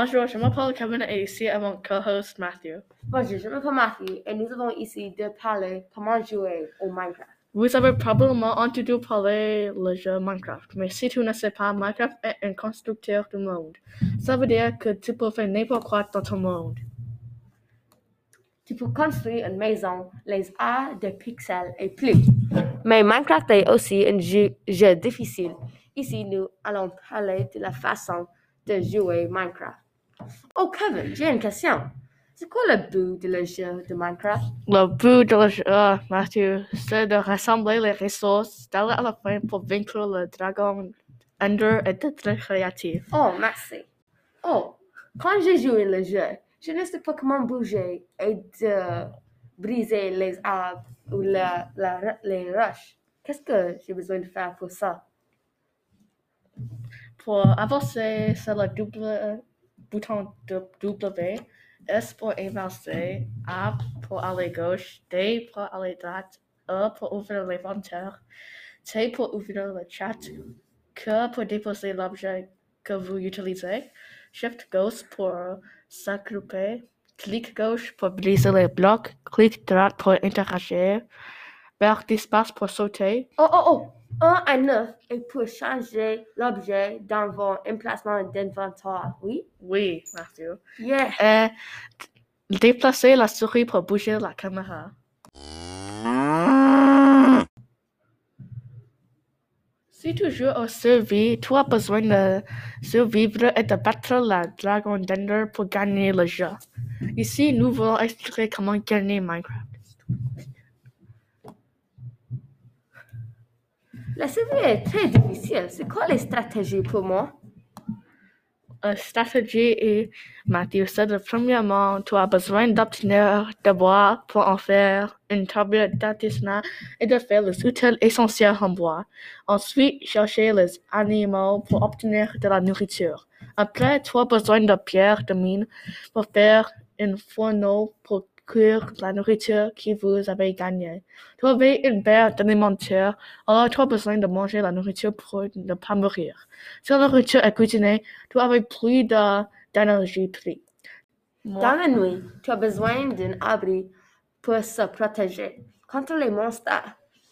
Bonjour, je m'appelle Kevin et ici est mon co-host Matthew. Bonjour, je m'appelle Matthew et nous avons ici de parler comment jouer au Minecraft. Vous avez probablement entendu parler le jeu Minecraft, mais si tu ne sais pas, Minecraft est un constructeur du monde. Ça veut dire que tu peux faire n'importe quoi dans ton monde. Tu peux construire une maison, les arbres de pixels et plus. Mais Minecraft est aussi un jeu difficile. Ici, nous allons parler de la façon de jouer Minecraft. Oh Kevin, j'ai une question. C'est quoi le but de le jeu de Minecraft? Le but du jeu, Matthew, c'est de rassembler les ressources d'aller à la fin pour vaincre le dragon Ender et d'être très créatif. Oh, merci. Oh, quand j'ai joué le jeu, je ne sais pas comment bouger et de briser les arbres ou les roches. Qu'est-ce que j'ai besoin de faire pour ça? Pour avancer, c'est le bouton W. S pour avancer, A pour aller gauche, D pour aller droite, E pour ouvrir l'inventaire, T pour ouvrir le chat, Q pour déposer l'objet que vous utilisez, Shift gauche pour s'agrouper, clic gauche pour briser les blocs, clic droit pour interagir, barre d'espace pour sauter. Oh! 1 à 9 et pour changer l'objet dans vos emplacements d'inventaire, oui? Oui, Matthew. Yeah! Déplacer la souris pour bouger la caméra. Si tu joues au survie, tu as besoin de survivre et de battre la dragon d'Ender pour gagner le jeu. Ici, nous voulons expliquer comment gagner Minecraft. La survie est très difficile. C'est quoi les stratégies pour moi? La stratégie est, Matthew, c'est que premièrement, tu as besoin d'obtenir des bois pour en faire une table d'artisanat et de faire les outils essentiels en bois. Ensuite, chercher les animaux pour obtenir de la nourriture. Après, tu as besoin de pierres de mine pour faire un fourneau pour cuire la nourriture que vous avez gagnée. Tu avais une barre d'alimentaire, alors tu as besoin de manger la nourriture pour ne pas mourir. Si la nourriture est cuisinée, tu avais plus d'énergie pris. Dans la nuit, tu as besoin d'un abri pour se protéger contre les monstres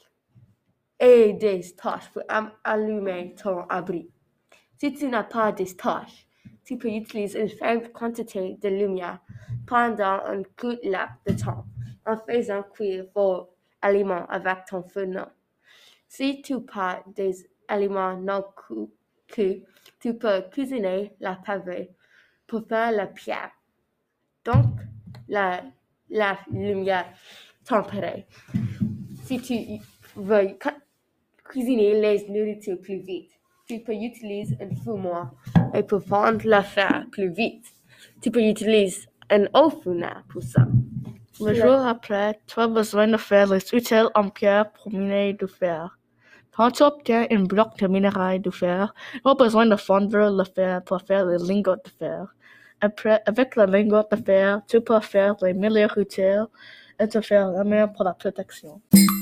et des torches pour allumer ton abri. Si tu n'as pas de torches, tu peux utiliser une faible quantité de lumière pendant un court laps de temps en faisant cuire vos aliments avec ton fourneau. Si tu n'as des aliments non cuits, tu peux cuisiner la pavée pour faire la pierre. Donc, la lumière tempérée. Si tu veux cuisiner les nourritures plus vite, tu peux utiliser un fumoir et pour fondre la fer plus vite. Tu peux utiliser un eau fournaise pour ça. Le jour après, tu as besoin de faire les outils en pierre pour miner du fer. Quand tu obtiens un bloc de minerai du fer, tu as besoin de fondre le fer pour faire les lingots de fer. Après, avec le lingot de fer, tu peux faire les meilleurs utiles et te faire l'armure pour la protection.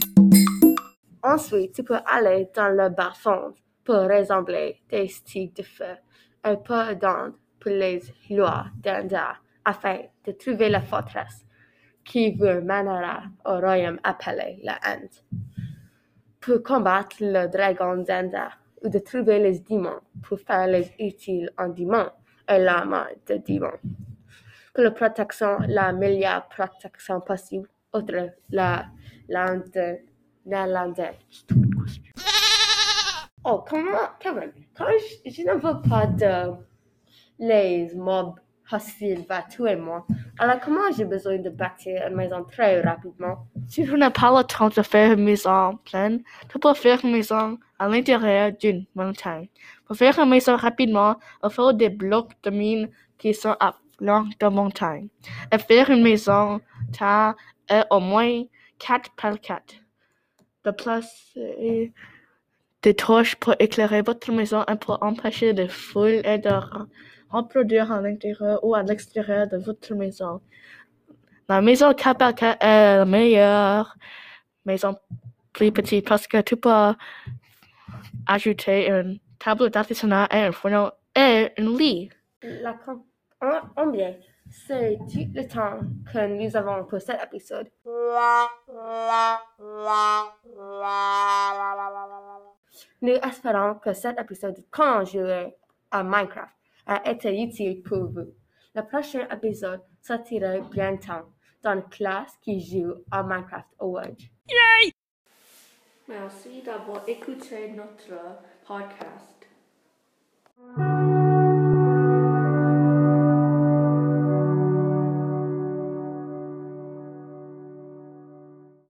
Ensuite, tu peux aller dans le bas-fond pour rassembler des sticks de feu et pour dents pour les lois d'Ender afin de trouver la forteresse qui vous mènera au royaume appelé la End. Pour combattre le dragon d'Ender ou de trouver les démons pour faire les utiles en démons et l'armure de démons. Pour la protection, la meilleure protection possible, outre la néerlandais. Oh, comment, Kevin, quand je ne veux pas de les mobs hostiles va tuer moi, alors comment j'ai besoin de bâtir une maison très rapidement? Si tu n'as pas le temps de faire une maison pleine, tu peux faire une maison à l'intérieur d'une montagne. Pour faire une maison rapidement, il faut des blocs de mine qui sont à flanc de montagne. Et faire une maison est au moins 4 par 4. De placer des torches pour éclairer votre maison et pour empêcher les foules et de reproduire à l'intérieur ou à l'extérieur de votre maison. La maison 4 par 4 est la meilleure maison plus petite parce que tu peux ajouter une table d'artisanat et un fourneau et un lit. Bien, c'est tout le temps que nous avons pour cet épisode. Nous espérons que cet épisode de Quand jouer à Minecraft a été utile pour vous. Le prochain épisode sortira bientôt dans une classe qui joue à Minecraft au Wedge. Merci d'avoir écouté notre podcast.